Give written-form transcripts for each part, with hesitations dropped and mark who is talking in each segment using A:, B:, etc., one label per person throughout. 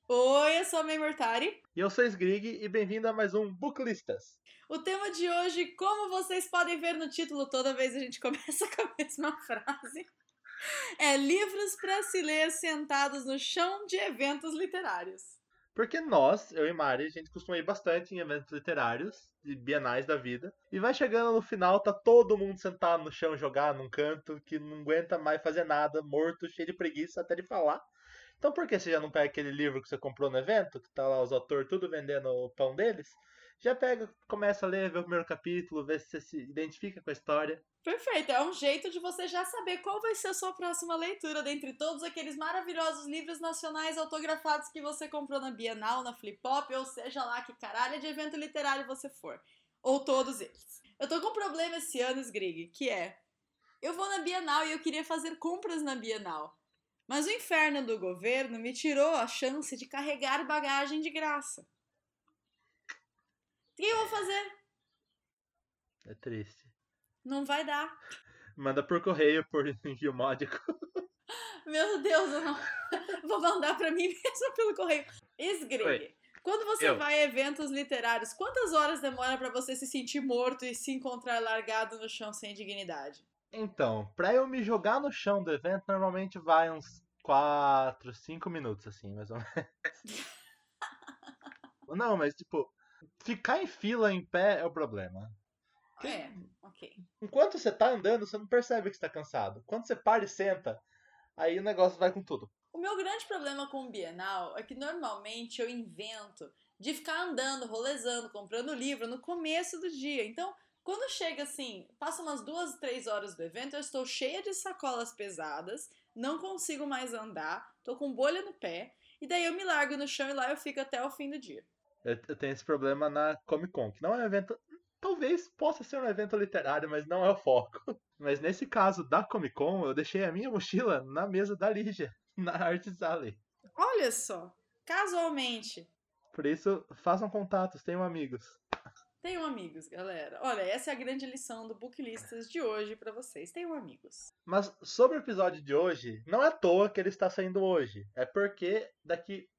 A: Oi, eu sou a May Mortari.
B: E eu sou Sgrig e bem-vindo a mais um Booklistas.
A: O tema de hoje, como vocês podem ver no título, toda vez a gente começa com a mesma frase, é livros para se ler sentados no chão de eventos literários.
B: Porque nós, eu e Mari, a gente costuma ir bastante em eventos literários, de bienais da vida, e vai chegando no final, tá todo mundo sentado no chão, jogado num canto, que não aguenta mais fazer nada, morto, cheio de preguiça até de falar. Então por que você já não pega aquele livro que você comprou no evento, que tá lá os autores tudo vendendo o pão deles? Já pega, começa a ler, vê o primeiro capítulo, vê se você se identifica com a história.
A: Perfeito, é um jeito de você já saber qual vai ser a sua próxima leitura dentre todos aqueles maravilhosos livros nacionais autografados que você comprou na Bienal, na Flip Pop, ou seja lá que caralho de evento literário você for. Ou todos eles. Eu tô com um problema esse ano, Sgrig, que é... Eu vou na Bienal e eu queria fazer compras na Bienal. Mas o inferno do governo me tirou a chance de carregar bagagem de graça. O que eu vou fazer?
B: É triste.
A: Não vai dar.
B: Manda por correio, por envio módico.
A: Meu Deus, eu não vou mandar pra mim mesmo pelo correio.
B: Oi,
A: Esgregue. Quando você
B: eu.
A: vai a eventos literários, quantas horas demora pra você se sentir morto e se encontrar largado no chão sem dignidade?
B: Então, pra eu me jogar no chão do evento, normalmente vai uns 4, 5 minutos, assim, mais ou menos. Não, mas tipo, ficar em fila em pé é o problema. Porque
A: É, ok.
B: enquanto você tá andando, você não percebe que está cansado. Quando você para e senta, aí o negócio vai com tudo.
A: O meu grande problema com o Bienal é que normalmente eu invento de ficar andando, rolezando, comprando livro no começo do dia. Então, quando chega assim, passa umas 2, 3 horas do evento, eu estou cheia de sacolas pesadas, não consigo mais andar, tô com bolha no pé, e daí eu me largo no chão e lá eu fico até o fim do dia.
B: Eu tenho esse problema na Comic Con, que não é um evento. Talvez possa ser um evento literário, mas não é o foco. Mas nesse caso da Comic Con, eu deixei a minha mochila na mesa da Lígia, na Arts Alley.
A: Olha só, casualmente,
B: Por isso, façam contatos, tenham amigos.
A: tenham amigos, galera. Olha, essa é a grande lição do Booklistas de hoje pra vocês. Tenham amigos.
B: Mas sobre o episódio de hoje, não é à toa que ele está saindo hoje. É porque daqui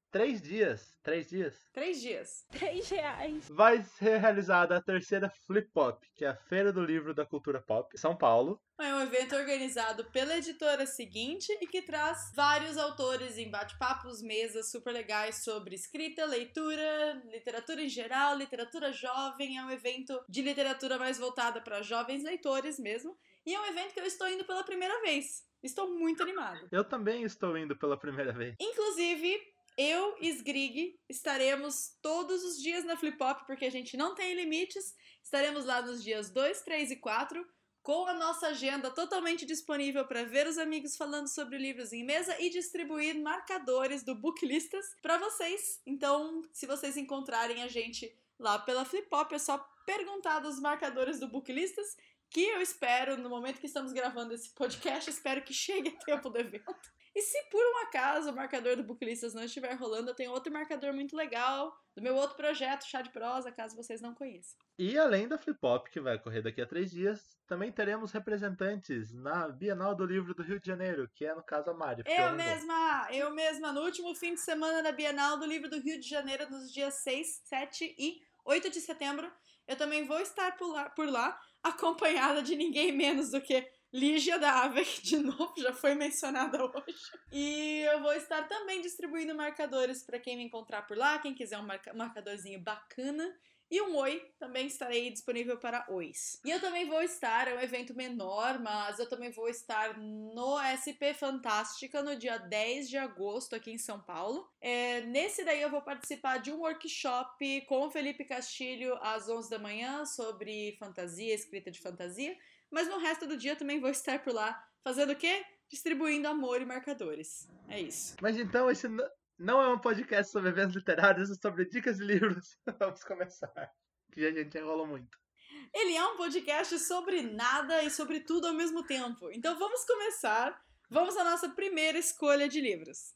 B: 3 dias,
A: 3 dias.
C: R$ 3.
B: vai ser realizada a terceira Flip Pop, que é a Feira do Livro da Cultura Pop, São Paulo.
A: É um evento organizado pela editora seguinte e que traz vários autores em bate-papos, mesas super legais sobre escrita, leitura, literatura em geral, literatura jovem. É um evento de literatura mais voltada para jovens leitores mesmo. E é um evento que eu estou indo pela primeira vez. Estou muito animada.
B: Eu também estou indo pela primeira vez.
A: Inclusive, eu e Sgrig estaremos todos os dias na Flip Pop, porque a gente não tem limites. Estaremos lá nos dias 2, 3 e 4, com a nossa agenda totalmente disponível para ver os amigos falando sobre livros em mesa e distribuir marcadores do Booklistas para vocês. Então, se vocês encontrarem a gente lá pela Flip Pop, é só perguntar dos marcadores do Booklistas, que eu espero, no momento que estamos gravando esse podcast, espero que chegue a tempo do evento. E se por um acaso o marcador do Booklistas não estiver rolando, eu tenho outro marcador muito legal do meu outro projeto, Chá de Prosa, caso vocês não conheçam.
B: E além da Flip Pop, que vai ocorrer daqui a 3 dias, também teremos representantes na Bienal do Livro do Rio de Janeiro, que é no caso a Mari, porque eu não vou.
A: Eu mesma, no último fim de semana da Bienal do Livro do Rio de Janeiro, nos dias 6, 7 e 8 de setembro, eu também vou estar por lá acompanhada de ninguém menos do que Lígia da Ave, que de novo já foi mencionada hoje. E eu vou estar também distribuindo marcadores para quem me encontrar por lá, quem quiser um marcadorzinho bacana. E um oi, também estarei disponível para ois. E eu também vou estar, é um evento menor, mas eu também vou estar no SP Fantástica no dia 10 de agosto aqui em São Paulo. Nesse daí eu vou participar de um workshop com o Felipe Castilho às 11 da manhã sobre fantasia, escrita de fantasia. Mas no resto do dia também vou estar por lá fazendo o quê? Distribuindo amor e marcadores. É isso.
B: Mas então esse não é um podcast sobre eventos literários, é sobre dicas de livros. Vamos começar, que a gente enrola muito.
A: Ele é um podcast sobre nada e sobre tudo ao mesmo tempo. Então vamos começar. Vamos à nossa primeira escolha de livros.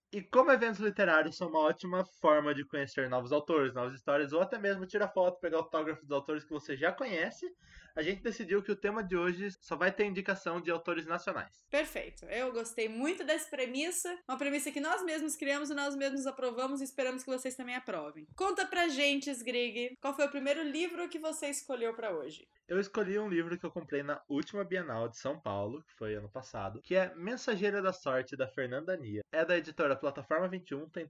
B: E como eventos literários são uma ótima forma de conhecer novos autores, novas histórias, ou até mesmo tirar foto, pegar autógrafos dos autores que você já conhece, a gente decidiu que o tema de hoje só vai ter indicação de autores nacionais.
A: Perfeito. Eu gostei muito dessa premissa. Uma premissa que nós mesmos criamos e nós mesmos aprovamos e esperamos que vocês também aprovem. Conta pra gente, Sgrig, qual foi o primeiro livro que você escolheu pra hoje?
B: Eu escolhi um livro que eu comprei na última Bienal de São Paulo, que foi ano passado, que é Mensageira da Sorte, da Fernanda Nia. É da editora Plataforma 21, tem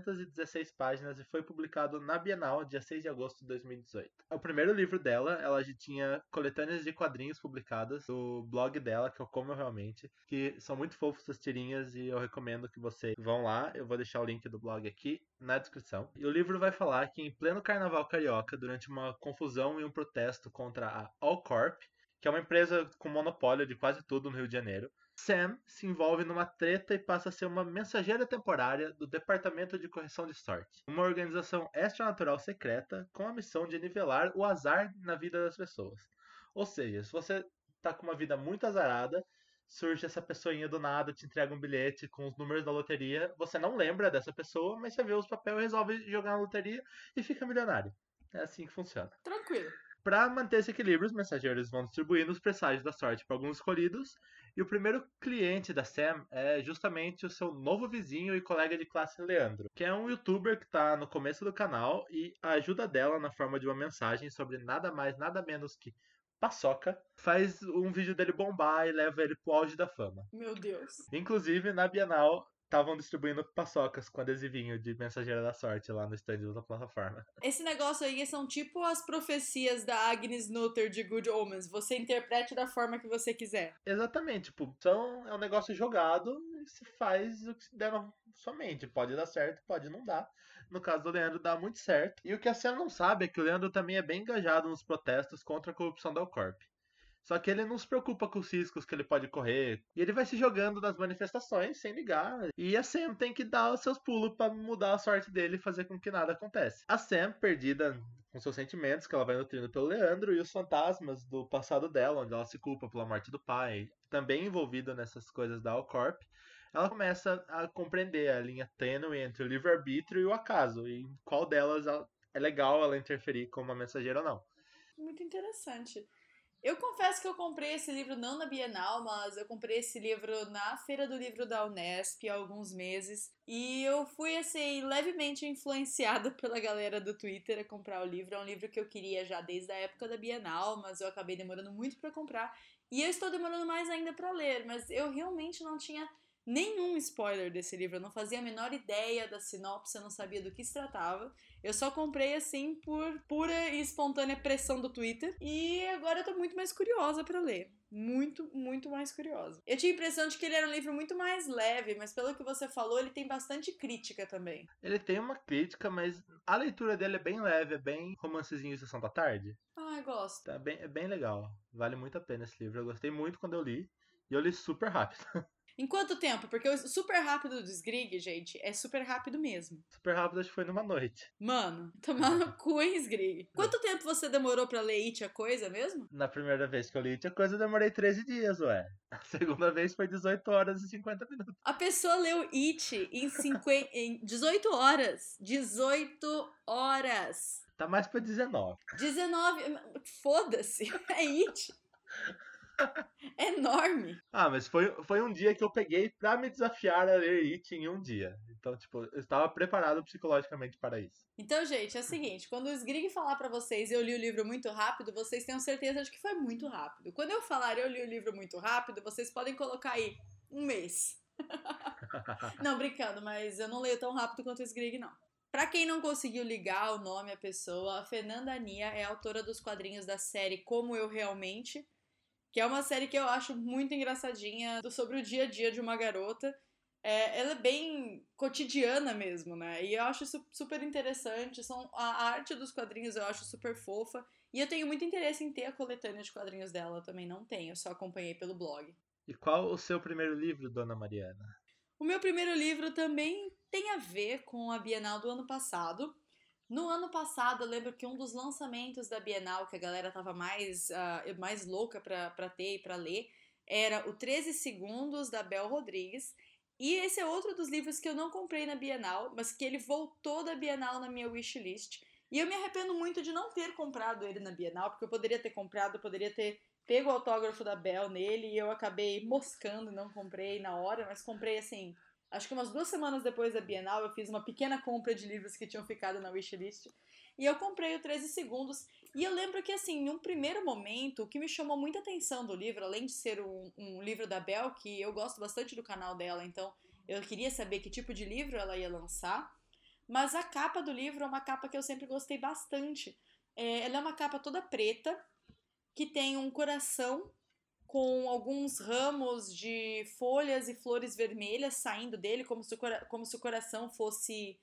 B: 316 páginas e foi publicado na Bienal, dia 6 de agosto de 2018. É o primeiro livro dela, ela já tinha coletâneas de quadrinhos publicadas no blog dela, que eu como realmente, que são muito fofos as tirinhas e eu recomendo que vocês vão lá. Eu vou deixar o link do blog aqui na descrição. E o livro vai falar que em pleno carnaval carioca, durante uma confusão e um protesto contra a Allcorp, que é uma empresa com monopólio de quase tudo no Rio de Janeiro, Sam se envolve numa treta e passa a ser uma mensageira temporária do Departamento de Correção de Sorte, uma organização extranatural secreta com a missão de nivelar o azar na vida das pessoas. Ou seja, se você tá com uma vida muito azarada, surge essa pessoinha do nada, te entrega um bilhete com os números da loteria, você não lembra dessa pessoa, mas você vê os papéis, resolve jogar na loteria e fica milionário. É assim que funciona.
A: Tranquilo.
B: Para manter esse equilíbrio, os mensageiros vão distribuindo os presságios da sorte para alguns escolhidos, e o primeiro cliente da Sam é justamente o seu novo vizinho e colega de classe Leandro, que é um youtuber que está no começo do canal, e a ajuda dela na forma de uma mensagem sobre nada mais, nada menos que paçoca, faz um vídeo dele bombar e leva ele pro auge da fama.
A: Meu Deus.
B: Inclusive, na Bienal, estavam distribuindo paçocas com adesivinho de Mensageira da Sorte lá no stand da plataforma.
A: Esse negócio aí são tipo as profecias da Agnes Nutter de Good Omens. Você interprete da forma que você quiser.
B: Exatamente, tipo, é um negócio jogado e se faz o que se der na sua mente. Pode dar certo, pode não dar. No caso do Leandro, dá muito certo. E o que a Sam não sabe é que o Leandro também é bem engajado nos protestos contra a corrupção da Allcorp. Só que ele não se preocupa com os riscos que ele pode correr. E ele vai se jogando nas manifestações sem ligar. E a Sam tem que dar os seus pulos para mudar a sorte dele e fazer com que nada aconteça. A Sam, perdida com seus sentimentos, que ela vai nutrindo pelo Leandro, e os fantasmas do passado dela, onde ela se culpa pela morte do pai, também envolvida nessas coisas da Allcorp, ela começa a compreender a linha tênue entre o livre-arbítrio e o acaso, e em qual delas é legal ela interferir como uma mensageira ou não.
A: Muito interessante. Eu confesso que eu comprei esse livro não na Bienal, mas eu comprei esse livro na Feira do Livro da Unesp há alguns meses. E eu fui, assim, levemente influenciada pela galera do Twitter a comprar o livro. É um livro que eu queria já desde a época da Bienal, mas eu acabei demorando muito pra comprar. E eu estou demorando mais ainda pra ler, mas eu realmente não tinha nenhum spoiler desse livro. Eu não fazia a menor ideia da sinopse, eu não sabia do que se tratava. Eu só comprei assim por pura e espontânea pressão do Twitter. E agora eu tô muito mais curiosa pra ler. Muito, muito mais curiosa. Eu tinha a impressão de que ele era um livro muito mais leve, mas pelo que você falou, ele tem bastante crítica também.
B: Ele tem uma crítica, mas a leitura dele é bem leve, é bem romancezinho de sessão da tarde.
A: Ah, eu gosto.
B: Tá bem, é bem legal. Vale muito a pena esse livro. Eu gostei muito quando eu li. E eu li super rápido.
A: Em quanto tempo? Porque o super rápido do Sgrig, gente, é super rápido mesmo.
B: Super rápido, acho que foi numa noite.
A: Mano, tomar no cu, hein, Sgrig? Quanto tempo você demorou pra ler It, a Coisa mesmo?
B: Na primeira vez que eu li, tinha coisa, eu demorei 13 dias, ué. A segunda vez foi 18 horas e 50 minutos.
A: A pessoa leu It em 18 horas. 18 horas.
B: Tá mais pra 19.
A: 19. Foda-se. É It. É enorme.
B: Ah, mas foi um dia que eu peguei pra me desafiar a ler It em um dia. Então, tipo, eu estava preparado psicologicamente para isso.
A: Então, gente, é o seguinte, quando o Sgrig falar pra vocês eu li o livro muito rápido, vocês tenham certeza de que foi muito rápido. Quando eu falar eu li o livro muito rápido, vocês podem colocar aí um mês. Não, brincando, mas eu não leio tão rápido quanto o Sgrig, não. Pra quem não conseguiu ligar o nome à pessoa, a Fernanda Nia é autora dos quadrinhos da série Como Eu Realmente, que é uma série que eu acho muito engraçadinha, sobre o dia a dia de uma garota. Ela é bem cotidiana mesmo, né? E eu acho isso super interessante. A arte dos quadrinhos eu acho super fofa. E eu tenho muito interesse em ter a coletânea de quadrinhos dela. Eu também não tenho, só acompanhei pelo blog.
B: E qual o seu primeiro livro, Dona Mariana?
A: O meu primeiro livro também tem a ver com a Bienal do ano passado. No ano passado, eu lembro que um dos lançamentos da Bienal, que a galera tava mais louca pra ter e pra ler, era o 13 Segundos, da Bel Rodrigues. E esse é outro dos livros que eu não comprei na Bienal, mas que ele voltou da Bienal na minha wishlist. E eu me arrependo muito de não ter comprado ele na Bienal, porque eu poderia ter comprado, eu poderia ter pego o autógrafo da Belle nele e eu acabei moscando e não comprei na hora, mas comprei assim, acho que umas 2 semanas depois da Bienal eu fiz uma pequena compra de livros que tinham ficado na wishlist e eu comprei o 13 Segundos. E eu lembro que, assim, em um primeiro momento, o que me chamou muita atenção do livro, além de ser um livro da Belle, que eu gosto bastante do canal dela, então eu queria saber que tipo de livro ela ia lançar, mas a capa do livro é uma capa que eu sempre gostei bastante. Ela é uma capa toda preta, que tem um coração com alguns ramos de folhas e flores vermelhas saindo dele, como se o coração fosse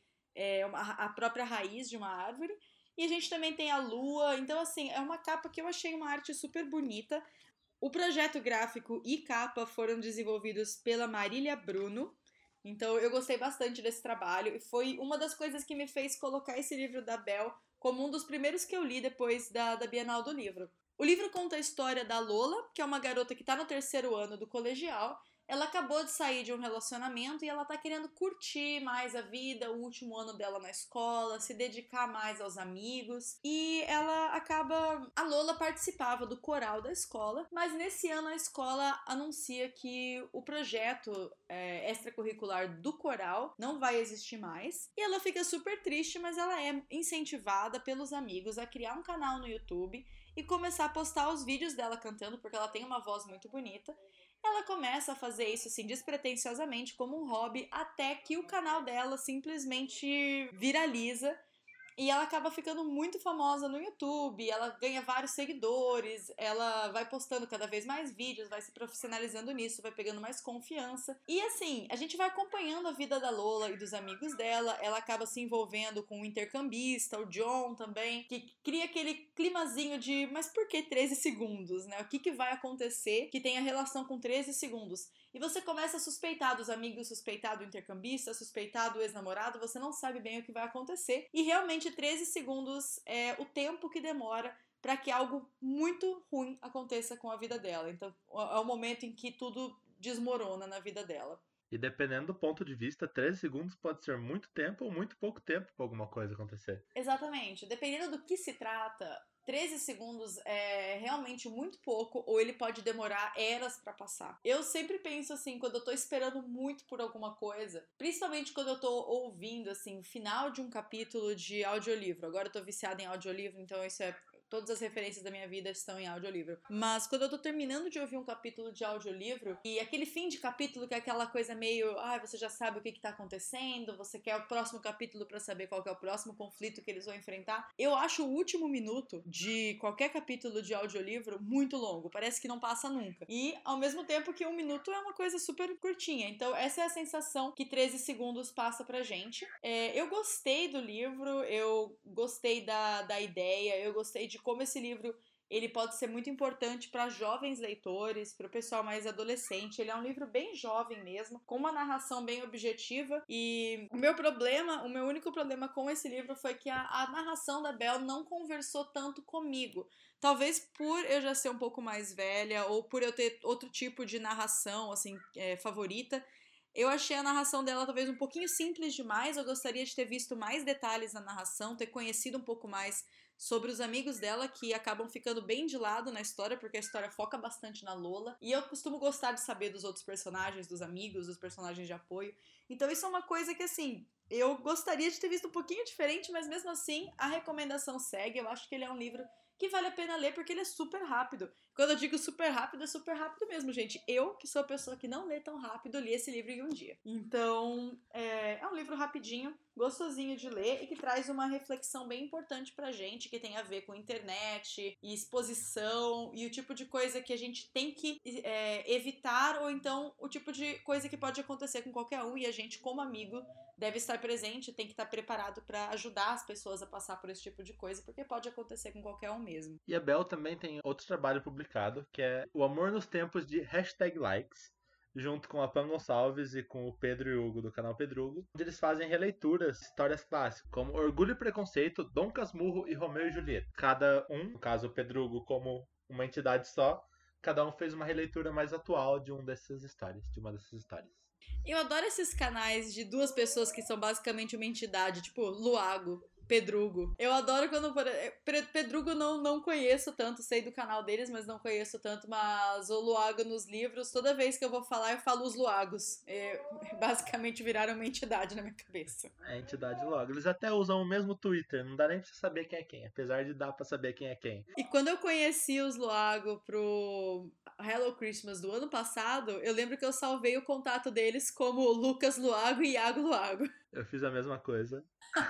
A: a própria raiz de uma árvore. E a gente também tem a lua. Então, assim, é uma capa que eu achei uma arte super bonita. O projeto gráfico e capa foram desenvolvidos pela Marília Bruno. Então, eu gostei bastante desse trabalho. E foi uma das coisas que me fez colocar esse livro da Belle como um dos primeiros que eu li depois da Bienal do Livro. O livro conta a história da Lola, que é uma garota que está no terceiro ano do colegial. Ela acabou de sair de um relacionamento e ela tá querendo curtir mais a vida, o último ano dela na escola, se dedicar mais aos amigos. E ela acaba. A Lola participava do coral da escola, mas nesse ano a escola anuncia que o projeto extracurricular do coral não vai existir mais. E ela fica super triste, mas ela é incentivada pelos amigos a criar um canal no YouTube e começar a postar os vídeos dela cantando, porque ela tem uma voz muito bonita. Ela começa a fazer isso assim despretensiosamente como um hobby, até que o canal dela simplesmente viraliza e ela acaba ficando muito famosa no YouTube, ela ganha vários seguidores, ela vai postando cada vez mais vídeos, vai se profissionalizando nisso, vai pegando mais confiança. E assim, a gente vai acompanhando a vida da Lola e dos amigos dela, ela acaba se envolvendo com o intercambista, o John também, que cria aquele climazinho de, mas por que 13 segundos, né? O que vai acontecer que tenha relação com 13 segundos? E você começa a suspeitar dos amigos, suspeitar do intercambista, suspeitar do ex-namorado, você não sabe bem o que vai acontecer. E realmente 13 segundos é o tempo que demora para que algo muito ruim aconteça com a vida dela. Então é o momento em que tudo desmorona na vida dela.
B: E dependendo do ponto de vista, 13 segundos pode ser muito tempo ou muito pouco tempo para alguma coisa acontecer.
A: Exatamente. Dependendo do que se trata, 13 segundos é realmente muito pouco, ou ele pode demorar eras pra passar. Eu sempre penso assim, quando eu tô esperando muito por alguma coisa, principalmente quando eu tô ouvindo, assim, o final de um capítulo de audiolivro. Agora eu tô viciada em audiolivro, então isso é. Todas as referências da minha vida estão em audiolivro. Mas quando eu tô terminando de ouvir um capítulo de audiolivro, e aquele fim de capítulo que é aquela coisa meio, você já sabe o que tá acontecendo, você quer o próximo capítulo pra saber qual que é o próximo conflito que eles vão enfrentar. Eu acho o último minuto de qualquer capítulo de audiolivro muito longo, parece que não passa nunca. E ao mesmo tempo que 1 minuto é uma coisa super curtinha. Então essa é a sensação que 13 segundos passa pra gente. Eu gostei do livro, eu gostei da ideia, eu gostei de como esse livro ele pode ser muito importante para jovens leitores, para o pessoal mais adolescente. Ele é um livro bem jovem mesmo, com uma narração bem objetiva. E o meu único problema com esse livro foi que a narração da Belle não conversou tanto comigo. Talvez por eu já ser um pouco mais velha ou por eu ter outro tipo de narração assim favorita. Eu achei a narração dela talvez um pouquinho simples demais. Eu gostaria de ter visto mais detalhes na narração, ter conhecido um pouco mais sobre os amigos dela, que acabam ficando bem de lado na história, porque a história foca bastante na Lola. E eu costumo gostar de saber dos outros personagens, dos amigos, dos personagens de apoio. Então isso é uma coisa que, assim, eu gostaria de ter visto um pouquinho diferente, mas mesmo assim a recomendação segue. Eu acho que ele é um livro que vale a pena ler porque ele é super rápido. Quando eu digo super rápido, é super rápido mesmo, gente. Eu, que sou a pessoa que não lê tão rápido, li esse livro em um dia. Então, é um livro rapidinho, gostosinho de ler e que traz uma reflexão bem importante pra gente, que tem a ver com internet e exposição e o tipo de coisa que a gente tem que evitar, ou então o tipo de coisa que pode acontecer com qualquer um, e a gente, como amigo, deve estar presente, tem que estar preparado para ajudar as pessoas a passar por esse tipo de coisa, porque pode acontecer com qualquer um mesmo.
B: E a Belle também tem outro trabalho publicado, que é O Amor nos Tempos de #likes, junto com a Pan Gonçalves e com o Pedro e Hugo do canal Pedrugo, onde eles fazem releituras de histórias clássicas, como Orgulho e Preconceito, Dom Casmurro e Romeu e Julieta. Cada um, no caso o Pedrugo como uma entidade só, cada um fez uma releitura mais atual de uma dessas histórias.
A: Eu adoro esses canais de duas pessoas que são basicamente uma entidade, tipo Luago, Pedrugo. Eu adoro quando. Pedrugo não conheço tanto, sei do canal deles, mas não conheço tanto. Mas o Luago nos livros, toda vez que eu vou falar, eu falo os Luagos. Basicamente viraram uma entidade na minha cabeça.
B: É a entidade logo. Eles até usam o mesmo Twitter, não dá nem pra você saber quem é quem, apesar de dar pra saber quem é quem.
A: E quando eu conheci os Luago pro Hello Christmas do ano passado, eu lembro que eu salvei o contato deles como Lucas Luago e Iago Luago.
B: Eu fiz a mesma coisa.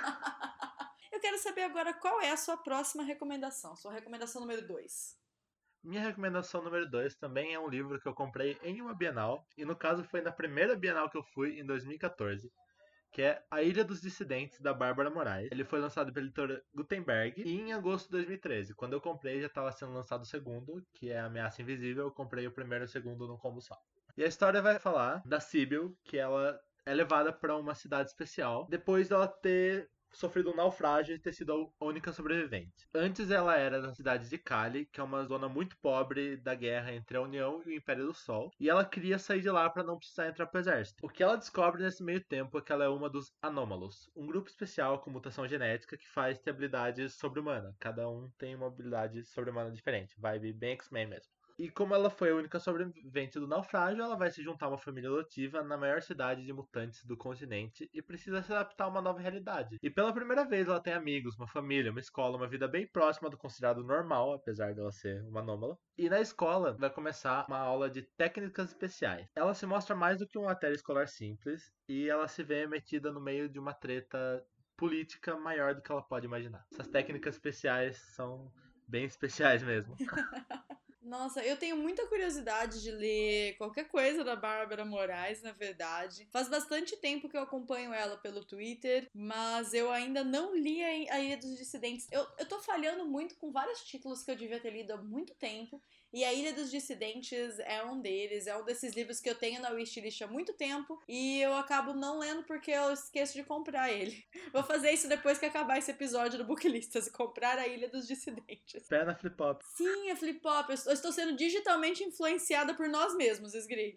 A: Eu quero saber agora qual é a sua próxima recomendação, sua recomendação número 2.
B: Minha recomendação número 2 também é um livro que eu comprei em uma Bienal, e no caso foi na primeira Bienal que eu fui, em 2014, que é A Ilha dos Dissidentes, da Bárbara Moraes. Ele foi lançado pela editora Gutenberg e em agosto de 2013. Quando eu comprei, já estava sendo lançado o segundo, que é Ameaça Invisível. Eu comprei o primeiro e o segundo num combo só. E a história vai falar da Sibyl, que ela é levada para uma cidade especial depois dela ter sofrido um naufrágio e ter sido a única sobrevivente. Antes ela era da cidade de Cali, que é uma zona muito pobre da guerra entre a União e o Império do Sol, e ela queria sair de lá para não precisar entrar pro exército. O que ela descobre nesse meio tempo é que ela é uma dos Anômalos, um grupo especial com mutação genética que faz ter habilidades sobre-humana. Cada um tem uma habilidade sobre-humana diferente, vibe bem X-Men mesmo. E como ela foi a única sobrevivente do naufrágio, ela vai se juntar a uma família adotiva na maior cidade de mutantes do continente e precisa se adaptar a uma nova realidade. E pela primeira vez ela tem amigos, uma família, uma escola, uma vida bem próxima do considerado normal, apesar dela ser uma anômala. E na escola vai começar uma aula de técnicas especiais. Ela se mostra mais do que uma matéria escolar simples e ela se vê metida no meio de uma treta política maior do que ela pode imaginar. Essas técnicas especiais são bem especiais mesmo.
A: Nossa, eu tenho muita curiosidade de ler qualquer coisa da Bárbara Moraes, na verdade. Faz bastante tempo que eu acompanho ela pelo Twitter, mas eu ainda não li a Ilha dos Dissidentes. Eu tô falhando muito com vários títulos que eu devia ter lido há muito tempo, e a Ilha dos Dissidentes é um deles, é um desses livros que eu tenho na wishlist há muito tempo, e eu acabo não lendo porque eu esqueço de comprar ele. Vou fazer isso depois que acabar esse episódio do Booklistas, comprar a Ilha dos Dissidentes.
B: Pé na flip-flop.
A: Sim, a Flip Pop. Eu estou sendo digitalmente influenciada por nós mesmos, Sgri.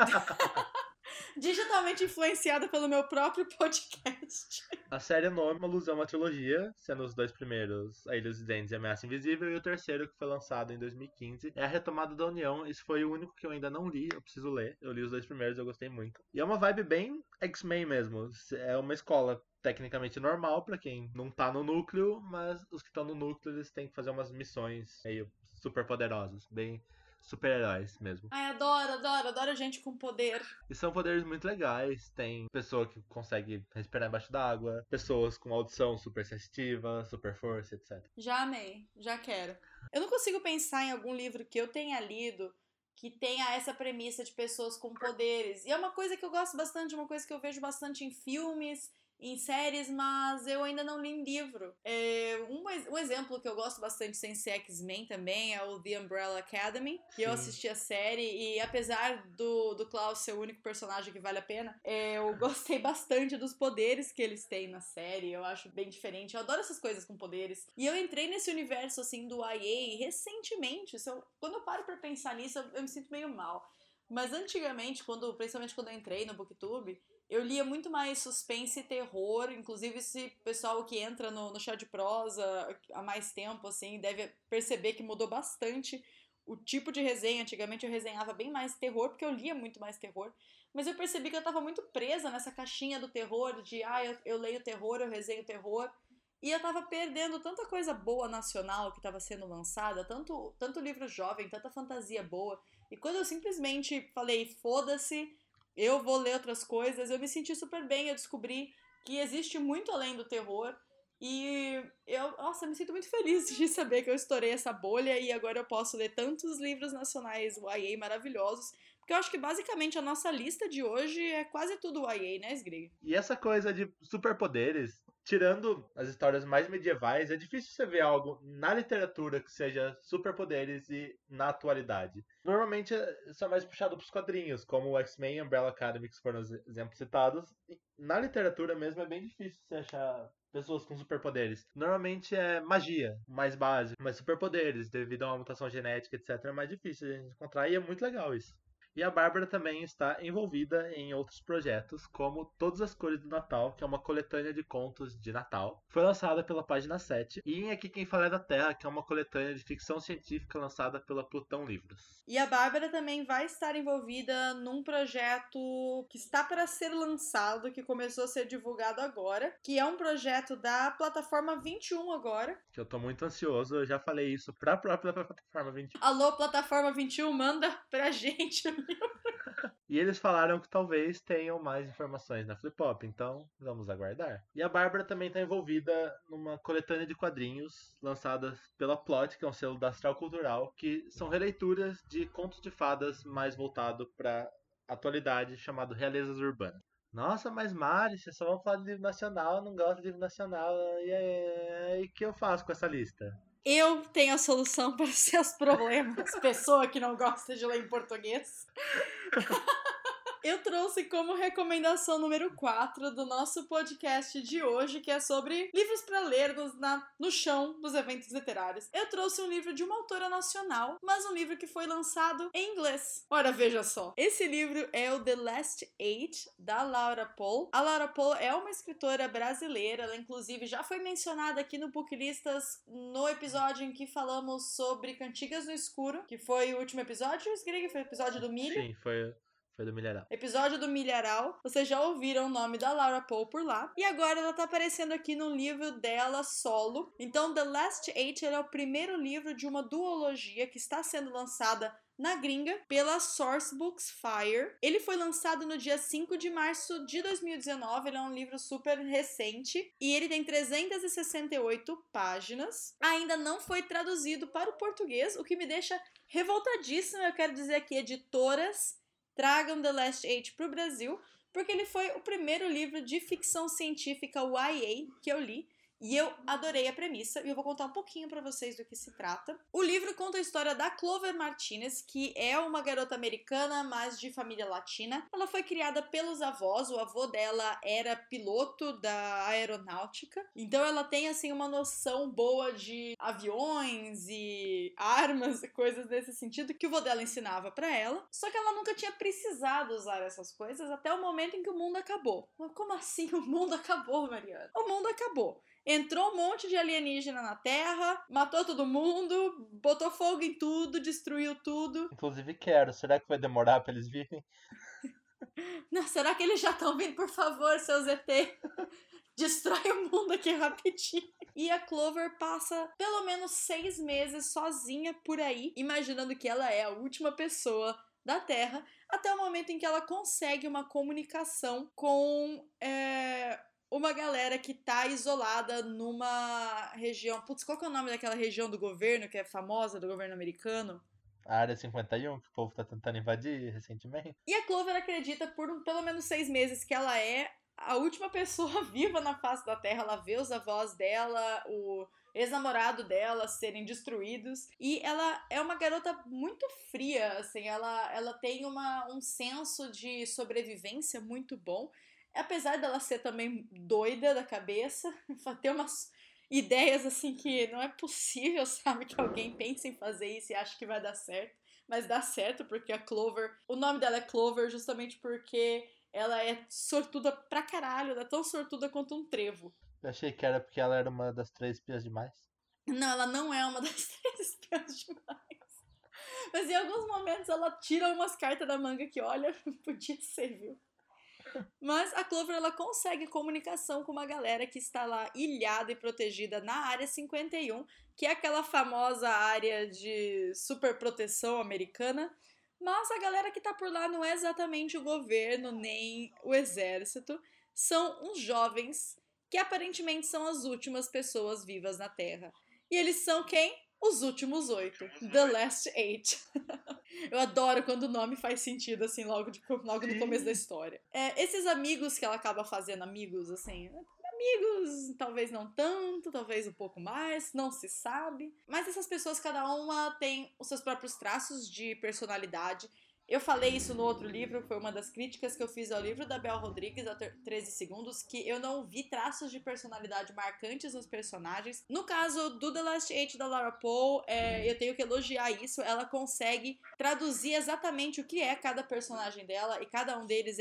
A: Digitalmente influenciada pelo meu próprio podcast.
B: A série Anômalos é uma trilogia, sendo os dois primeiros A Ilha dos Dentes e Ameaça Invisível, e o terceiro, que foi lançado em 2015, é a retomada da União. Esse foi o único que eu ainda não li, eu preciso ler. Eu li os dois primeiros, eu gostei muito. E é uma vibe bem X-Men mesmo. É uma escola tecnicamente normal pra quem não tá no núcleo, mas os que estão no núcleo eles têm que fazer umas missões meio super poderosas, bem super-heróis mesmo.
A: Ai, adoro gente com poder.
B: E são poderes muito legais. Tem pessoa que consegue respirar embaixo d'água, pessoas com audição super sensitiva, super força, etc.
A: Já amei, já quero. Eu não consigo pensar em algum livro que eu tenha lido que tenha essa premissa de pessoas com poderes. E é uma coisa que eu gosto bastante, uma coisa que eu vejo bastante em filmes, em séries, mas eu ainda não li em livro. Um exemplo que eu gosto bastante sem ser X-Men também é o The Umbrella Academy, que eu assisti a série e apesar do Klaus ser o único personagem que vale a pena, eu gostei bastante dos poderes que eles têm na série, eu acho bem diferente, eu adoro essas coisas com poderes. E eu entrei nesse universo assim do YA recentemente, quando eu paro pra pensar nisso, eu me sinto meio mal. Mas antigamente, principalmente quando eu entrei no Booktube, eu lia muito mais suspense e terror, inclusive esse pessoal que entra no chá de prosa há mais tempo, assim, deve perceber que mudou bastante o tipo de resenha. Antigamente eu resenhava bem mais terror, porque eu lia muito mais terror, mas eu percebi que eu tava muito presa nessa caixinha do terror, de, eu leio terror, eu resenho terror, e eu tava perdendo tanta coisa boa nacional que tava sendo lançada, tanto livro jovem, tanta fantasia boa, e quando eu simplesmente falei, foda-se, eu vou ler outras coisas, eu me senti super bem, eu descobri que existe muito além do terror e eu me sinto muito feliz de saber que eu estourei essa bolha e agora eu posso ler tantos livros nacionais YA maravilhosos, porque eu acho que basicamente a nossa lista de hoje é quase tudo YA, né, Sgrig?
B: E essa coisa de superpoderes, tirando as histórias mais medievais, é difícil você ver algo na literatura que seja superpoderes e na atualidade. Normalmente isso é mais puxado pros quadrinhos, como o X-Men e Umbrella Academy, que foram os exemplos citados. E na literatura mesmo é bem difícil você achar pessoas com superpoderes. Normalmente é magia, mais básico, mas superpoderes, devido a uma mutação genética, etc., é mais difícil de a gente encontrar e é muito legal isso. E a Bárbara também está envolvida em outros projetos, como Todas as Cores do Natal, que é uma coletânea de contos de Natal. Foi lançada pela Página 7. E em Aqui Quem Fala é da Terra, que é uma coletânea de ficção científica lançada pela Plutão Livros.
A: E a Bárbara também vai estar envolvida num projeto que está para ser lançado, que começou a ser divulgado agora, que é um projeto da plataforma 21 agora.
B: Que eu tô muito ansioso, eu já falei isso pra própria plataforma 21.
A: Alô, plataforma 21, manda pra gente.
B: E eles falaram que talvez tenham mais informações na Flip Hop, então vamos aguardar. E a Bárbara também está envolvida numa coletânea de quadrinhos lançadas pela Plot, que é um selo da Astral Cultural, que são releituras de contos de fadas mais voltado para atualidade, chamado Realezas Urbanas. Nossa, mas Mari, vocês só vão falar de livro nacional, eu não gosto de livro nacional, e o que eu faço com essa lista?
A: Eu tenho a solução para os seus problemas, pessoa que não gosta de ler em português. Eu trouxe como recomendação número 4 do nosso podcast de hoje, que é sobre livros para ler no chão dos eventos literários. Eu trouxe um livro de uma autora nacional, mas um livro que foi lançado em inglês. Ora, veja só. Esse livro é o The Last Eight, da Laura Poll. A Laura Poll é uma escritora brasileira, ela inclusive já foi mencionada aqui no Booklistas no episódio em que falamos sobre Cantigas no Escuro, que foi o último episódio, que foi o episódio do Milho.
B: Sim, foi do Milharal.
A: Episódio do Milharal. Vocês já ouviram o nome da Laura Poll por lá. E agora ela tá aparecendo aqui no livro dela solo. Então, The Last Eight é o primeiro livro de uma duologia que está sendo lançada na gringa pela Sourcebooks Fire. Ele foi lançado no dia 5 de março de 2019. Ele é um livro super recente. E ele tem 368 páginas. Ainda não foi traduzido para o português, o que me deixa revoltadíssima. Eu quero dizer aqui, editoras, tragam The Last Eight pro Brasil, porque ele foi o primeiro livro de ficção científica YA que eu li, e eu adorei a premissa, e eu vou contar um pouquinho pra vocês do que se trata. O livro conta a história da Clover Martinez, que é uma garota americana, mas de família latina. Ela foi criada pelos avós, o avô dela era piloto da aeronáutica, então ela tem, assim, uma noção boa de aviões e armas e coisas desse sentido que o avô dela ensinava pra ela, só que ela nunca tinha precisado usar essas coisas até o momento em que o mundo acabou. Mas como assim o mundo acabou, Mariana? O mundo acabou. Entrou um monte de alienígena na Terra, matou todo mundo, botou fogo em tudo, destruiu tudo.
B: Inclusive quero. Será que vai demorar pra eles virem?
A: Não, será que eles já estão vindo? Por favor, seus ET. Destrói o mundo aqui rapidinho. E a Clover passa pelo menos 6 meses sozinha por aí, imaginando que ela é a última pessoa da Terra, até o momento em que ela consegue uma comunicação com uma galera que tá isolada numa região... Putz, qual que é o nome daquela região do governo que é famosa, do governo americano?
B: A Área 51, que o povo tá tentando invadir recentemente.
A: E a Clover acredita por pelo menos 6 meses que ela é a última pessoa viva na face da Terra. Ela vê os avós dela, o ex-namorado dela serem destruídos. E ela é uma garota muito fria, assim. Ela tem um senso de sobrevivência muito bom. Apesar dela ser também doida da cabeça, ter umas ideias assim que não é possível, sabe, que alguém pense em fazer isso e ache que vai dar certo. Mas dá certo porque a Clover, o nome dela é Clover justamente porque ela é sortuda pra caralho, ela é tão sortuda quanto um trevo.
B: Eu achei que era porque ela era uma das 3 espiãs demais.
A: Não, ela não é uma das 3 espiãs demais. Mas em alguns momentos ela tira umas cartas da manga que, olha, podia ser, viu? Mas a Clover, ela consegue comunicação com uma galera que está lá ilhada e protegida na Área 51, que é aquela famosa área de super proteção americana. Mas a galera que tá por lá não é exatamente o governo nem o exército. São uns jovens que aparentemente são as últimas pessoas vivas na Terra. E eles são quem? Os últimos 8. The Last Eight. Eu adoro quando o nome faz sentido, assim, logo no começo da história. Esses amigos que ela acaba fazendo, amigos, assim, amigos, talvez não tanto, talvez um pouco mais, não se sabe. Mas essas pessoas, cada uma tem os seus próprios traços de personalidade. Eu falei isso no outro livro, foi uma das críticas que eu fiz ao livro da Bel Rodrigues, a 13 Segundos, que eu não vi traços de personalidade marcantes nos personagens. No caso do The Last Eight da Laura Poe, eu tenho que elogiar isso, ela consegue traduzir exatamente o que é cada personagem dela, e cada um deles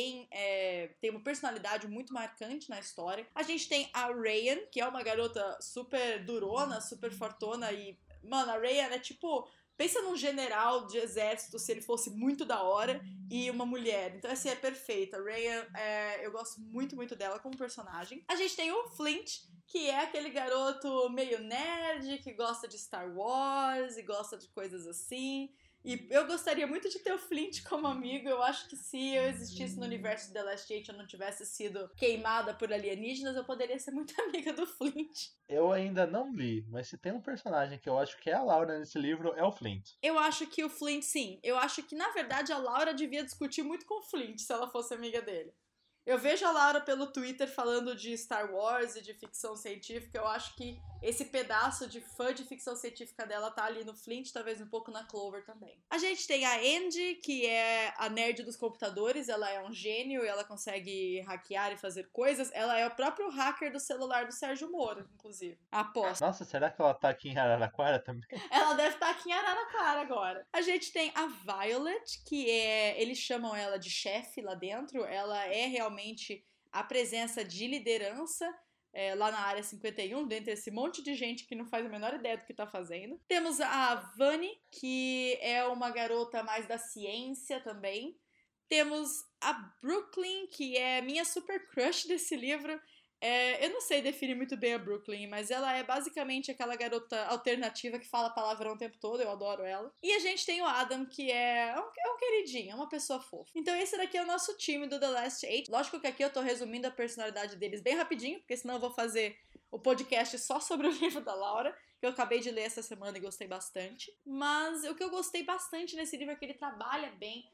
A: tem uma personalidade muito marcante na história. A gente tem a Ryan, que é uma garota super durona, super fortona, e, mano, a Ryan é tipo... Pensa num general de exército, se ele fosse muito da hora, e uma mulher. Então, assim, é perfeita. Ryan, eu gosto muito, muito dela como personagem. A gente tem o Flint, que é aquele garoto meio nerd, que gosta de Star Wars e gosta de coisas assim. E eu gostaria muito de ter o Flint como amigo. Eu acho que se eu existisse no universo de The Last Eight e eu não tivesse sido queimada por alienígenas, eu poderia ser muito amiga do Flint.
B: Eu ainda não li, mas se tem um personagem que eu acho que é a Laura nesse livro, é o Flint.
A: Eu acho que o Flint, sim. Eu acho que, na verdade, a Laura devia discutir muito com o Flint se ela fosse amiga dele. Eu vejo a Laura pelo Twitter falando de Star Wars e de ficção científica. Eu acho que esse pedaço de fã de ficção científica dela tá ali no Flint, talvez um pouco na Clover também. A gente tem a Andy, que é a nerd dos computadores. Ela é um gênio e ela consegue hackear e fazer coisas. Ela é o próprio hacker do celular do Sérgio Moro, inclusive. Aposto.
B: Nossa, será que ela tá aqui em Araraquara também?
A: Ela deve estar aqui em Araraquara agora. A gente tem a Violet, que eles chamam ela de chefe lá dentro. Ela é realmente a presença de liderança lá na área 51, dentre esse monte de gente que não faz a menor ideia do que tá fazendo. Temos a Vani, que é uma garota mais da ciência também. Temos a Brooklyn, que é minha super crush desse livro. Eu não sei definir muito bem a Brooklyn, mas ela é basicamente aquela garota alternativa que fala palavrão o tempo todo, eu adoro ela. E a gente tem o Adam, que é um queridinho, é uma pessoa fofa. Então esse daqui é o nosso time do The Last Eight. Lógico que aqui eu tô resumindo a personalidade deles bem rapidinho, porque senão eu vou fazer o podcast só sobre o livro da Laura, que eu acabei de ler essa semana e gostei bastante. Mas o que eu gostei bastante nesse livro é que ele trabalha bem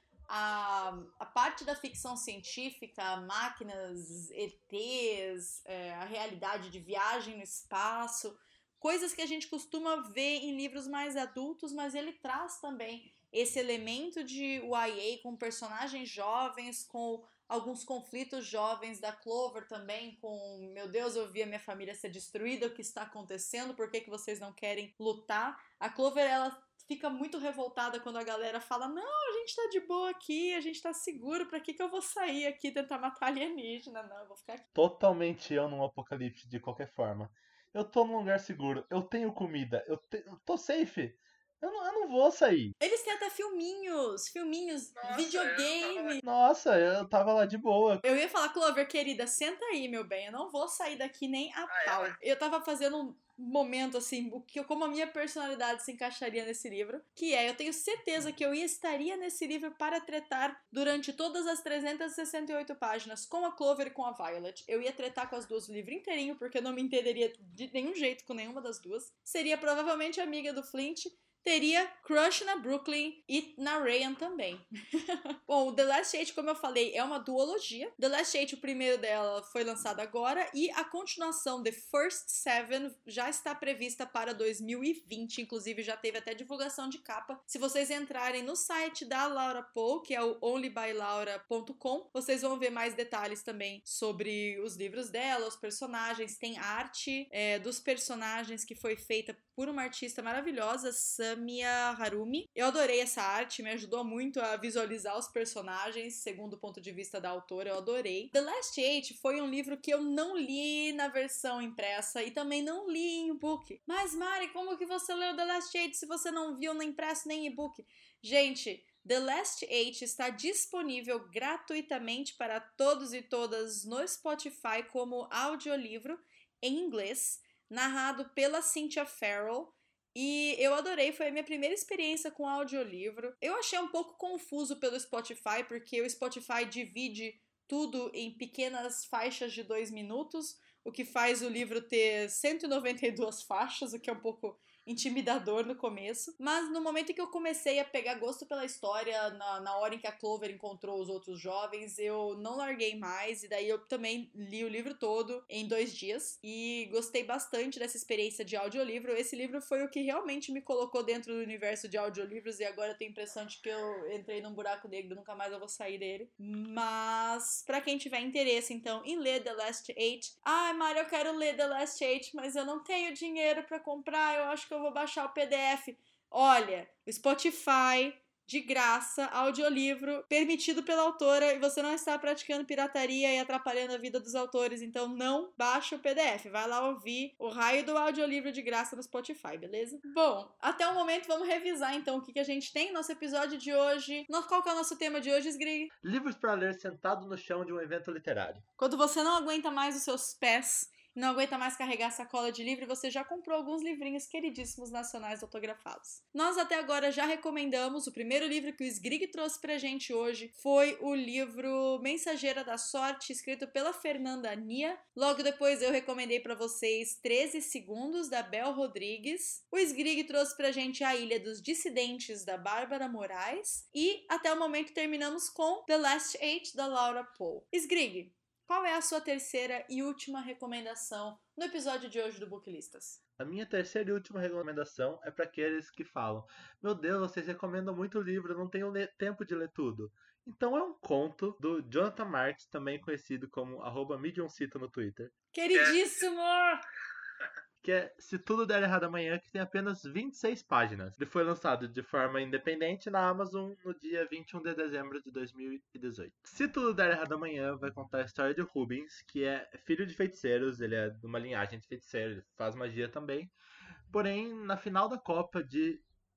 A: a parte da ficção científica, máquinas, ETs, a realidade de viagem no espaço, coisas que a gente costuma ver em livros mais adultos, mas ele traz também esse elemento de YA com personagens jovens, com alguns conflitos jovens da Clover também, com, meu Deus, eu vi a minha família ser destruída, o que está acontecendo, por que vocês não querem lutar? A Clover, ela fica muito revoltada quando a galera fala, não, a gente tá de boa aqui, a gente tá seguro, pra que eu vou sair aqui e tentar matar alienígena? Não, eu vou ficar aqui.
B: Totalmente eu num apocalipse de qualquer forma. Eu tô num lugar seguro, eu tenho comida, eu tô safe. Eu não vou sair.
A: Eles têm até filminhos,
C: Nossa,
A: videogame.
B: Nossa, eu tava lá de boa.
A: Eu ia falar, Clover, querida, senta aí, meu bem, eu não vou sair daqui nem a pau. Eu tava fazendo um momento, assim, como a minha personalidade se encaixaria nesse livro, que eu tenho certeza que eu estaria nesse livro para tretar durante todas as 368 páginas com a Clover e com a Violet. Eu ia tretar com as duas o livro inteirinho, porque eu não me entenderia de nenhum jeito com nenhuma das duas. Seria provavelmente amiga do Flint, teria crush na Brooklyn e na Ryan também. Bom, o The Last Eight, como eu falei, é uma duologia. The Last Eight, o primeiro dela, foi lançado agora e a continuação, The First Seven, já está prevista para 2020. Inclusive, já teve até divulgação de capa. Se vocês entrarem no site da Laura Poe, que é o onlybylaura.com, vocês vão ver mais detalhes também sobre os livros dela, os personagens. Tem arte dos personagens que foi feita por uma artista maravilhosa, Samia Harumi. Eu adorei essa arte, me ajudou muito a visualizar os personagens, segundo o ponto de vista da autora, eu adorei. The Last Eight foi um livro que eu não li na versão impressa e também não li em e-book. Mas Mari, como que você leu The Last Eight se você não viu nem impresso nem e-book? Gente, The Last Eight está disponível gratuitamente para todos e todas no Spotify como audiolivro em inglês, narrado pela Cynthia Farrell, e eu adorei, foi a minha primeira experiência com audiolivro. Eu achei um pouco confuso pelo Spotify, porque o Spotify divide tudo em pequenas faixas de 2 minutos, o que faz o livro ter 192 faixas, o que é um pouco intimidador no começo. Mas no momento em que eu comecei a pegar gosto pela história, na hora em que a Clover encontrou os outros jovens, eu não larguei mais. E daí eu também li o livro todo em 2 dias. E gostei bastante dessa experiência de audiolivro. Esse livro foi o que realmente me colocou dentro do universo de audiolivros. E agora eu tenho a impressão de que eu entrei num buraco negro, nunca mais eu vou sair dele. Mas, pra quem tiver interesse, então, em ler The Last Eight... Ai, Mari, eu quero ler The Last Eight, mas eu não tenho dinheiro pra comprar, eu acho que eu vou baixar o PDF. Olha, o Spotify, de graça, audiolivro, permitido pela autora, e você não está praticando pirataria e atrapalhando a vida dos autores, então não baixa o PDF. Vai lá ouvir o raio do audiolivro de graça no Spotify, beleza? Bom, até o momento vamos revisar então o que a gente tem no nosso episódio de hoje. Qual que é o nosso tema de hoje, Sgrig?
B: Livros para ler sentado no chão de um evento literário.
A: Quando você não aguenta mais os seus pés, não aguenta mais carregar a sacola de livro, você já comprou alguns livrinhos queridíssimos nacionais autografados. Nós até agora já recomendamos, o primeiro livro que o Sgrig trouxe pra gente hoje foi o livro Mensageira da Sorte, escrito pela Fernanda Nia. Logo depois eu recomendei pra vocês 13 Segundos, da Bel Rodrigues. O Sgrig trouxe pra gente A Ilha dos Dissidentes, da Bárbara Moraes. E até o momento terminamos com The Last Eight, da Laura Poe. Sgrig, qual é a sua terceira e última recomendação no episódio de hoje do Booklistas?
B: A minha terceira e última recomendação é para aqueles que falam: meu Deus, vocês recomendam muito livro, eu não tenho tempo de ler tudo. Então é um conto do Jonathan Marks, também conhecido como @mediumcito no Twitter.
A: Queridíssimo!
B: Que é Se Tudo Der Errado Amanhã, que tem apenas 26 páginas. Ele foi lançado de forma independente na Amazon no dia 21 de dezembro de 2018. Se Tudo Der Errado Amanhã vai contar a história de Rubens, que é filho de feiticeiros, ele é de uma linhagem de feiticeiros, ele faz magia também. Porém, na final da Copa de...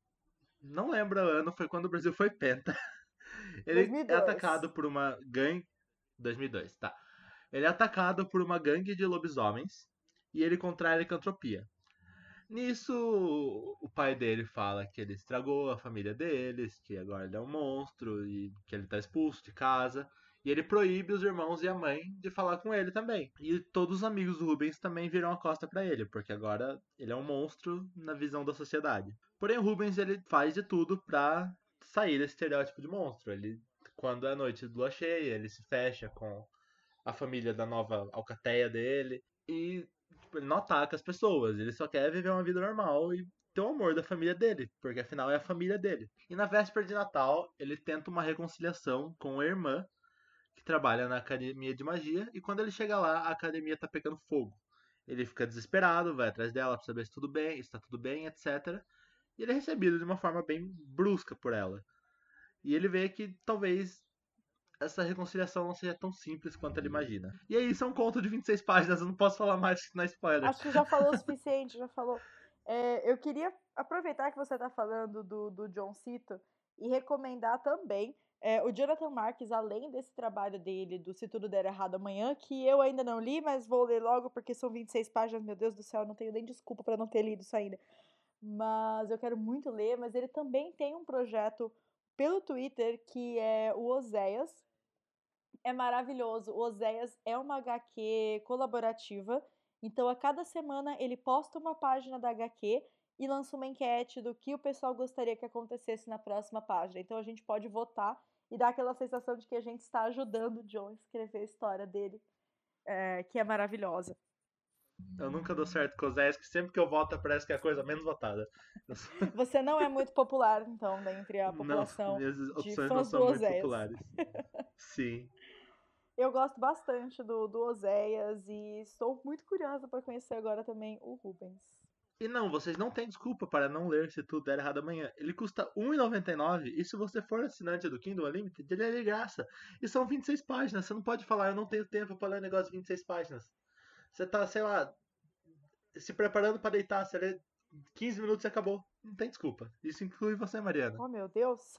B: não lembro o ano, foi quando o Brasil foi penta. Ele
A: 2002.
B: é atacado por uma gangue... 2002, tá. Ele é atacado por uma gangue de lobisomens e ele contrai a licantropia. Nisso, o pai dele fala que ele estragou a família deles, que agora ele é um monstro e que ele tá expulso de casa. E ele proíbe os irmãos e a mãe de falar com ele também. E todos os amigos do Rubens também viram a costa pra ele, porque agora ele é um monstro na visão da sociedade. Porém, o Rubens ele faz de tudo pra sair desse estereótipo de monstro. Ele, quando é noite de lua cheia, ele se fecha com a família da nova alcateia dele. E tipo, ele não ataca as pessoas, ele só quer viver uma vida normal e ter o amor da família dele, porque afinal é a família dele. E na véspera de Natal, ele tenta uma reconciliação com a irmã, que trabalha na academia de magia, e quando ele chega lá, a academia tá pegando fogo. Ele fica desesperado, vai atrás dela pra saber se tudo bem, se está tudo bem, etc. E ele é recebido de uma forma bem brusca por ela. E ele vê que talvez essa reconciliação não seja tão simples quanto ele imagina. E aí, isso é um conto de 26 páginas, eu não posso falar mais na spoiler.
C: Acho que já falou o suficiente, já falou. Eu queria aproveitar que você está falando do John Cito e recomendar também o Jonathan Marks, além desse trabalho dele, do Se Tudo Der Errado Amanhã, que eu ainda não li, mas vou ler logo porque são 26 páginas, meu Deus do céu, eu não tenho nem desculpa para não ter lido isso ainda. Mas eu quero muito ler, mas ele também tem um projeto pelo Twitter que é o Oséias. É maravilhoso. O Oséias é uma HQ colaborativa. Então, a cada semana, ele posta uma página da HQ e lança uma enquete do que o pessoal gostaria que acontecesse na próxima página. Então, a gente pode votar e dar aquela sensação de que a gente está ajudando o John a escrever a história dele, que é maravilhosa.
B: Eu nunca dou certo com o Zé, que sempre que eu voto parece que é a coisa menos votada.
C: Você não é muito popular, então, entre a população
B: não, minhas
C: de
B: opções
C: fãs
B: não são
C: do
B: muito
C: Oséias.
B: populares. Sim.
C: Eu gosto bastante do Oséias e estou muito curiosa para conhecer agora também o Rubens.
B: E não, vocês não têm desculpa para não ler Se Tudo Der Errado Amanhã. Ele custa R$1,99 e se você for assinante do Kindle Unlimited, ele é de graça. E são 26 páginas, você não pode falar, eu não tenho tempo para ler um negócio de 26 páginas. Você tá, sei lá, se preparando para deitar, você lê 15 minutos e acabou. Não tem desculpa. Isso inclui você, Mariana.
C: Oh, meu Deus!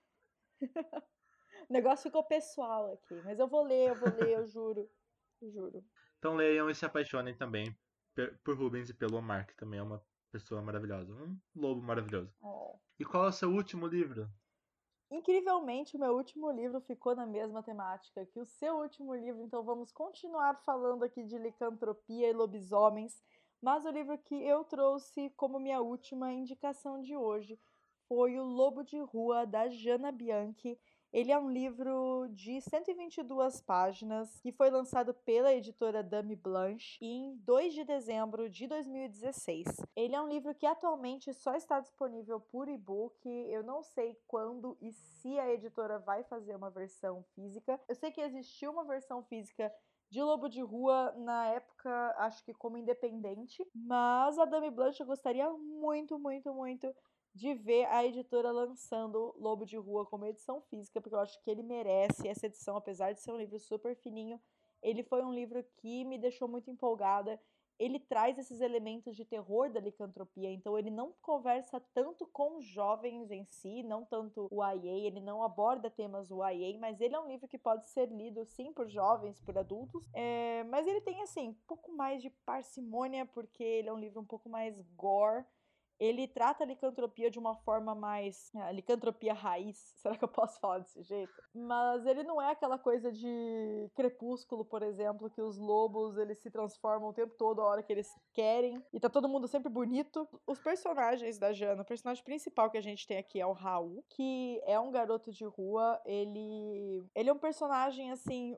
C: O negócio ficou pessoal aqui, mas eu vou ler, eu juro. Eu juro.
B: Então leiam e se apaixonem também por Rubens e pelo Omar, que também é uma pessoa maravilhosa. Um lobo maravilhoso.
C: Oh.
B: E qual é o seu último livro?
C: Incrivelmente, o meu último livro ficou na mesma temática que o seu último livro, então vamos continuar falando aqui de licantropia e lobisomens, Mas o livro que eu trouxe como minha última indicação de hoje foi O Lobo de Rua, da Jana Bianchi. Ele é um livro de 122 páginas que foi lançado pela editora Dame Blanche em 2 de dezembro de 2016. Ele é um livro que atualmente só está disponível por e-book. Eu não sei quando e se a editora vai fazer uma versão física. Eu sei que existiu uma versão física de Lobo de Rua na época, acho que como independente, mas a Dame Blanche eu gostaria muito, muito, muito de ver a editora lançando Lobo de Rua como edição física, porque eu acho que ele merece essa edição, apesar de ser um livro super fininho. Ele foi um livro que me deixou muito empolgada. Ele traz esses elementos de terror da licantropia, então ele não conversa tanto com jovens em si, não tanto o YA, ele não aborda temas YA, mas ele é um livro que pode ser lido sim por jovens, por adultos, mas ele tem assim, um pouco mais de parcimônia, porque ele é um livro um pouco mais gore. Ele trata a licantropia de uma forma mais... licantropia raiz, será que eu posso falar desse jeito? Mas ele não é aquela coisa de Crepúsculo, por exemplo, que os lobos eles se transformam o tempo todo a hora que eles querem, e tá todo mundo sempre bonito. Os personagens da Jana, o personagem principal que a gente tem aqui é o Raul, que é um garoto de rua. Ele é um personagem, assim,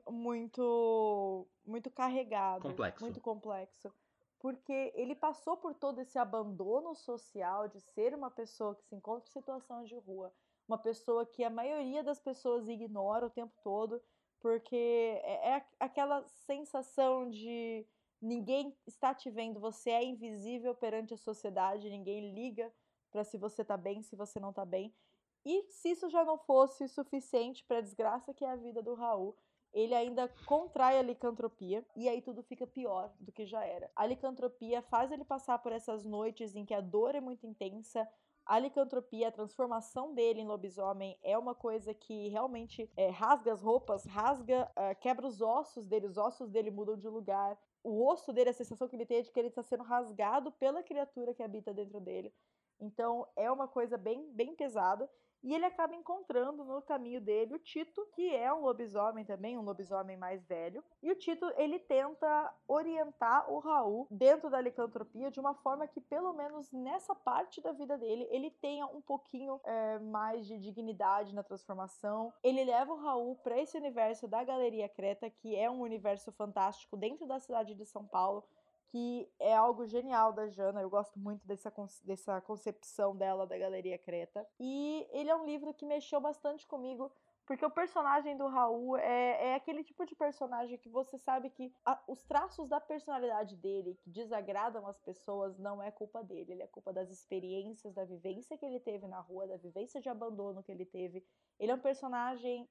C: muito carregado.
B: Complexo.
C: Muito complexo. Porque ele passou por todo esse abandono social de ser uma pessoa que se encontra em situação de rua, uma pessoa que a maioria das pessoas ignora o tempo todo, porque é aquela sensação de ninguém está te vendo, você é invisível perante a sociedade, ninguém liga para se você tá bem, se você não tá bem. E se isso já não fosse suficiente para a desgraça que é a vida do Raul, ele ainda contrai a licantropia, e aí tudo fica pior do que já era. A licantropia faz ele passar por essas noites em que a dor é muito intensa. A licantropia, a transformação dele em lobisomem é uma coisa que realmente rasga as roupas, quebra os ossos dele mudam de lugar. O rosto dele, a sensação que ele tem é de que ele está sendo rasgado pela criatura que habita dentro dele. Então é uma coisa bem, bem pesada. E ele acaba encontrando no caminho dele o Tito, que é um lobisomem também, um lobisomem mais velho. E o Tito, ele tenta orientar o Raul dentro da licantropia de uma forma que, pelo menos nessa parte da vida dele, ele tenha um pouquinho mais de dignidade na transformação. Ele leva o Raul para esse universo da Galeria Creta, que é um universo fantástico dentro da cidade de São Paulo, que é algo genial da Jana. Eu gosto muito dessa concepção dela da Galeria Creta. E ele é um livro que mexeu bastante comigo, porque o personagem do Raul é aquele tipo de personagem que você sabe que os traços da personalidade dele, que desagradam as pessoas, não é culpa dele. Ele é culpa das experiências, da vivência que ele teve na rua, da vivência de abandono que ele teve. Ele é um personagem...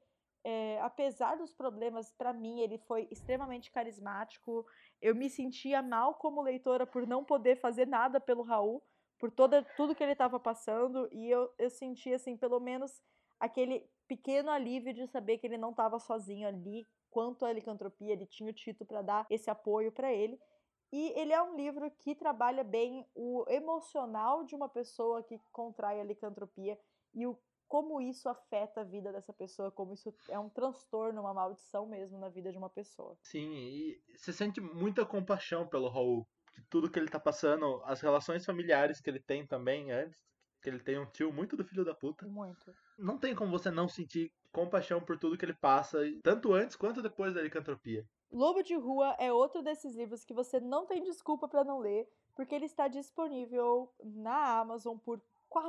C: apesar dos problemas, pra mim, ele foi extremamente carismático. Eu me sentia mal como leitora por não poder fazer nada pelo Raul, por tudo que ele estava passando, e eu senti, assim, pelo menos aquele pequeno alívio de saber que ele não estava sozinho ali. Quanto à licantropia, ele tinha o Tito para dar esse apoio para ele. E ele é um livro que trabalha bem o emocional de uma pessoa que contrai a licantropia e como isso afeta a vida dessa pessoa, como isso é um transtorno, uma maldição mesmo na vida de uma pessoa.
B: Sim, e você sente muita compaixão pelo Raul, de tudo que ele tá passando, as relações familiares que ele tem também antes, que ele tem um tio muito do filho da puta.
C: Muito.
B: Não tem como você não sentir compaixão por tudo que ele passa, tanto antes quanto depois da licantropia.
C: Lobo de Rua é outro desses livros que você não tem desculpa para não ler, porque ele está disponível na Amazon por R$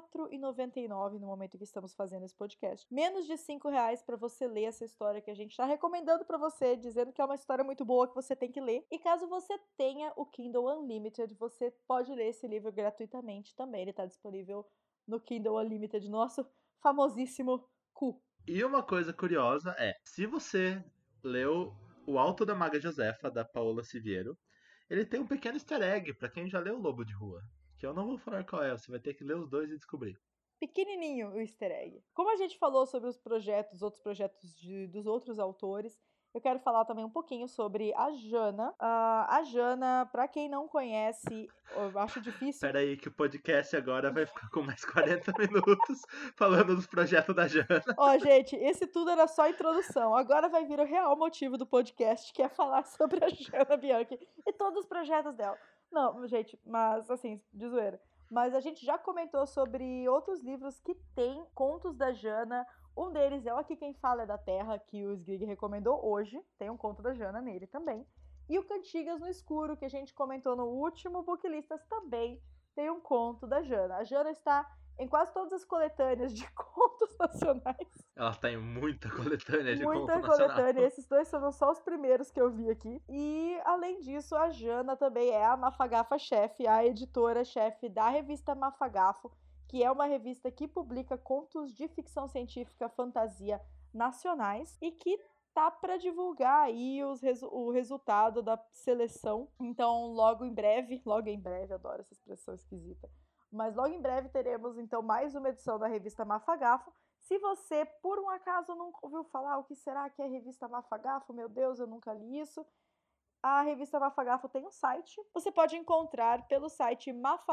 C: 4,99 no momento que estamos fazendo esse podcast. Menos de R$ 5 para você ler essa história que a gente está recomendando para você, dizendo que é uma história muito boa que você tem que ler. E caso você tenha o Kindle Unlimited, você pode ler esse livro gratuitamente também. Ele está disponível no Kindle Unlimited, nosso famosíssimo cu.
B: E uma coisa curiosa é, se você leu O Alto da Maga Josefa, da Paola Siviero, ele tem um pequeno easter egg para quem já leu O Lobo de Rua, que eu não vou falar qual é, você vai ter que ler os dois e descobrir.
C: Pequenininho o easter egg. Como a gente falou sobre os outros projetos dos outros autores, eu quero falar também um pouquinho sobre a Jana. A Jana, pra quem não conhece, eu acho difícil...
B: Peraí que o podcast agora vai ficar com mais 40 minutos falando dos projetos da Jana.
C: Ó, gente, esse tudo era só introdução. Agora vai vir o real motivo do podcast, que é falar sobre a Jana Bianchi e todos os projetos dela. Não, gente, mas assim, de zoeira. Mas a gente já comentou sobre outros livros que tem contos da Jana. Um deles é o Aqui Quem Fala é da Terra, que o Sgrig recomendou hoje. Tem um conto da Jana nele também. E o Cantigas no Escuro, que a gente comentou no último Booklistas, também tem um conto da Jana. A Jana está em quase todas as coletâneas de contos nacionais.
B: Ela tá em muita coletânea de conto
C: Muita
B: nacional.
C: coletânea. Esses dois foram só os primeiros que eu vi aqui. E, além disso, a Jana também é a Mafagafa-chefe, a editora-chefe da revista Mafagafo, que é uma revista que publica contos de ficção científica fantasia nacionais e que tá para divulgar aí o resultado da seleção. Então, logo em breve, adoro essa expressão esquisita, mas logo em breve teremos então mais uma edição da revista Mafagafo. Se você, por um acaso, nunca ouviu falar o que será que é a revista Mafagafo, meu Deus, eu nunca li isso. A revista Mafagafo tem um site. Você pode encontrar pelo site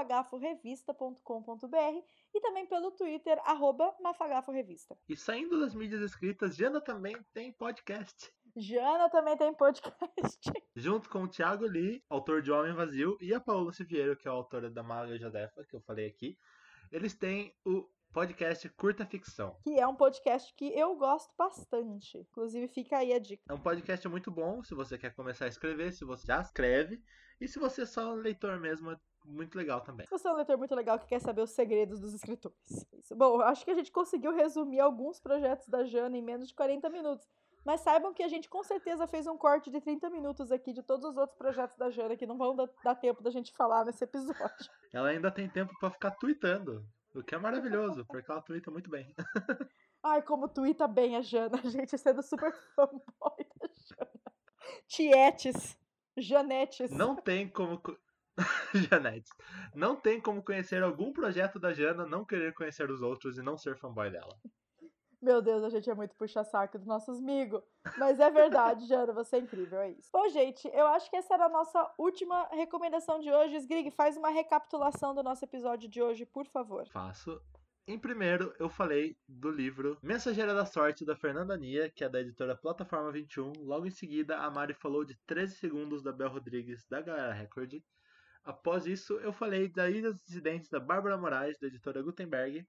C: mafagaforevista.com.br e também pelo Twitter, @mafagaforevista.
B: E saindo das mídias escritas, Jana também tem podcast.
C: Jana também tem podcast.
B: Junto com o Thiago Lee, autor de Homem Vazio, e a Paola Siviero, que é a autora da Maga Jodefa, que eu falei aqui. Eles têm o podcast Curta Ficção.
C: Que é um podcast que eu gosto bastante. Inclusive, fica aí a dica.
B: É um podcast muito bom se você quer começar a escrever, se você já escreve, e se você é só leitor mesmo, é muito legal também.
C: Se você é um leitor muito legal que quer saber os segredos dos escritores. Isso. Bom, acho que a gente conseguiu resumir alguns projetos da Jana em menos de 40 minutos. Mas saibam que a gente com certeza fez um corte de 30 minutos aqui de todos os outros projetos da Jana que não vão dar tempo da gente falar nesse episódio.
B: Ela ainda tem tempo pra ficar tweetando, o que é maravilhoso, porque ela tweeta muito bem.
C: Ai, como tuita bem a Jana, a gente sendo super fanboy da Jana. Tietes, Janetes.
B: Não tem como... Janete. Não tem como conhecer algum projeto da Jana, não querer conhecer os outros e não ser fanboy dela.
C: Meu Deus, a gente é muito puxa-saco dos nossos amigos. Mas é verdade, Jana, você é incrível, é isso. Bom, gente, eu acho que essa era a nossa última recomendação de hoje. Sgrig, faz uma recapitulação do nosso episódio de hoje, por favor.
B: Faço. Em primeiro, eu falei do livro Mensageira da Sorte, da Fernanda Nia, que é da editora Plataforma 21. Logo em seguida, a Mari falou de 13 segundos, da Bel Rodrigues, da Galera Record. Após isso, eu falei da Ilha dos Dissidentes, da Bárbara Moraes, da editora Gutenberg.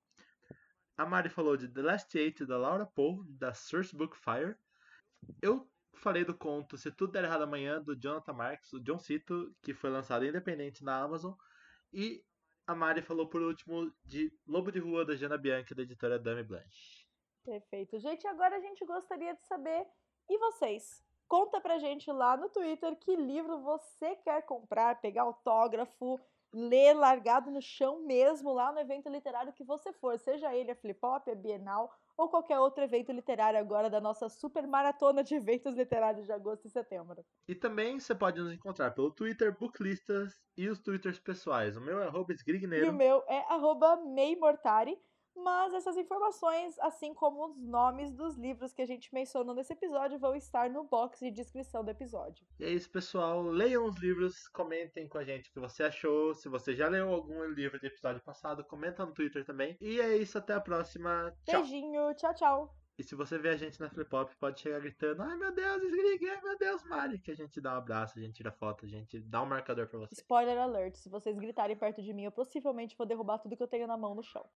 B: A Mari falou de The Last Eight, da Laura Poe, da Sourcebook Fire. Eu falei do conto Se Tudo Der Errado Amanhã, do Jonathan Marks, o John Cito, que foi lançado independente na Amazon. E a Mari falou por último de Lobo de Rua, da Jana Bianchi, da editora Dame Blanche.
C: Perfeito. Gente, agora a gente gostaria de saber, e vocês? Conta pra gente lá no Twitter que livro você quer comprar, pegar autógrafo, ler largado no chão mesmo lá no evento literário que você for, seja ele a Flip-Hop, a Bienal ou qualquer outro evento literário agora da nossa super maratona de eventos literários de agosto e setembro.
B: E também você pode nos encontrar pelo Twitter, Booklistas e os Twitters pessoais. O meu é @sgrigneiro.
C: E o meu é @meimortari. Mas essas informações, assim como os nomes dos livros que a gente mencionou nesse episódio, vão estar no box de descrição do episódio.
B: E é isso, pessoal. Leiam os livros, comentem com a gente o que você achou. Se você já leu algum livro do episódio passado, comenta no Twitter também. E é isso, até a próxima. Tchau!
C: Beijinho, tchau, tchau!
B: E se você vê a gente na Flip-Hop, pode chegar gritando: ai meu Deus, Sgrig, ai meu Deus, Mari. Que a gente dá um abraço, a gente tira foto, a gente dá um marcador pra você.
C: Spoiler alert, se vocês gritarem perto de mim, eu possivelmente vou derrubar tudo que eu tenho na mão no chão.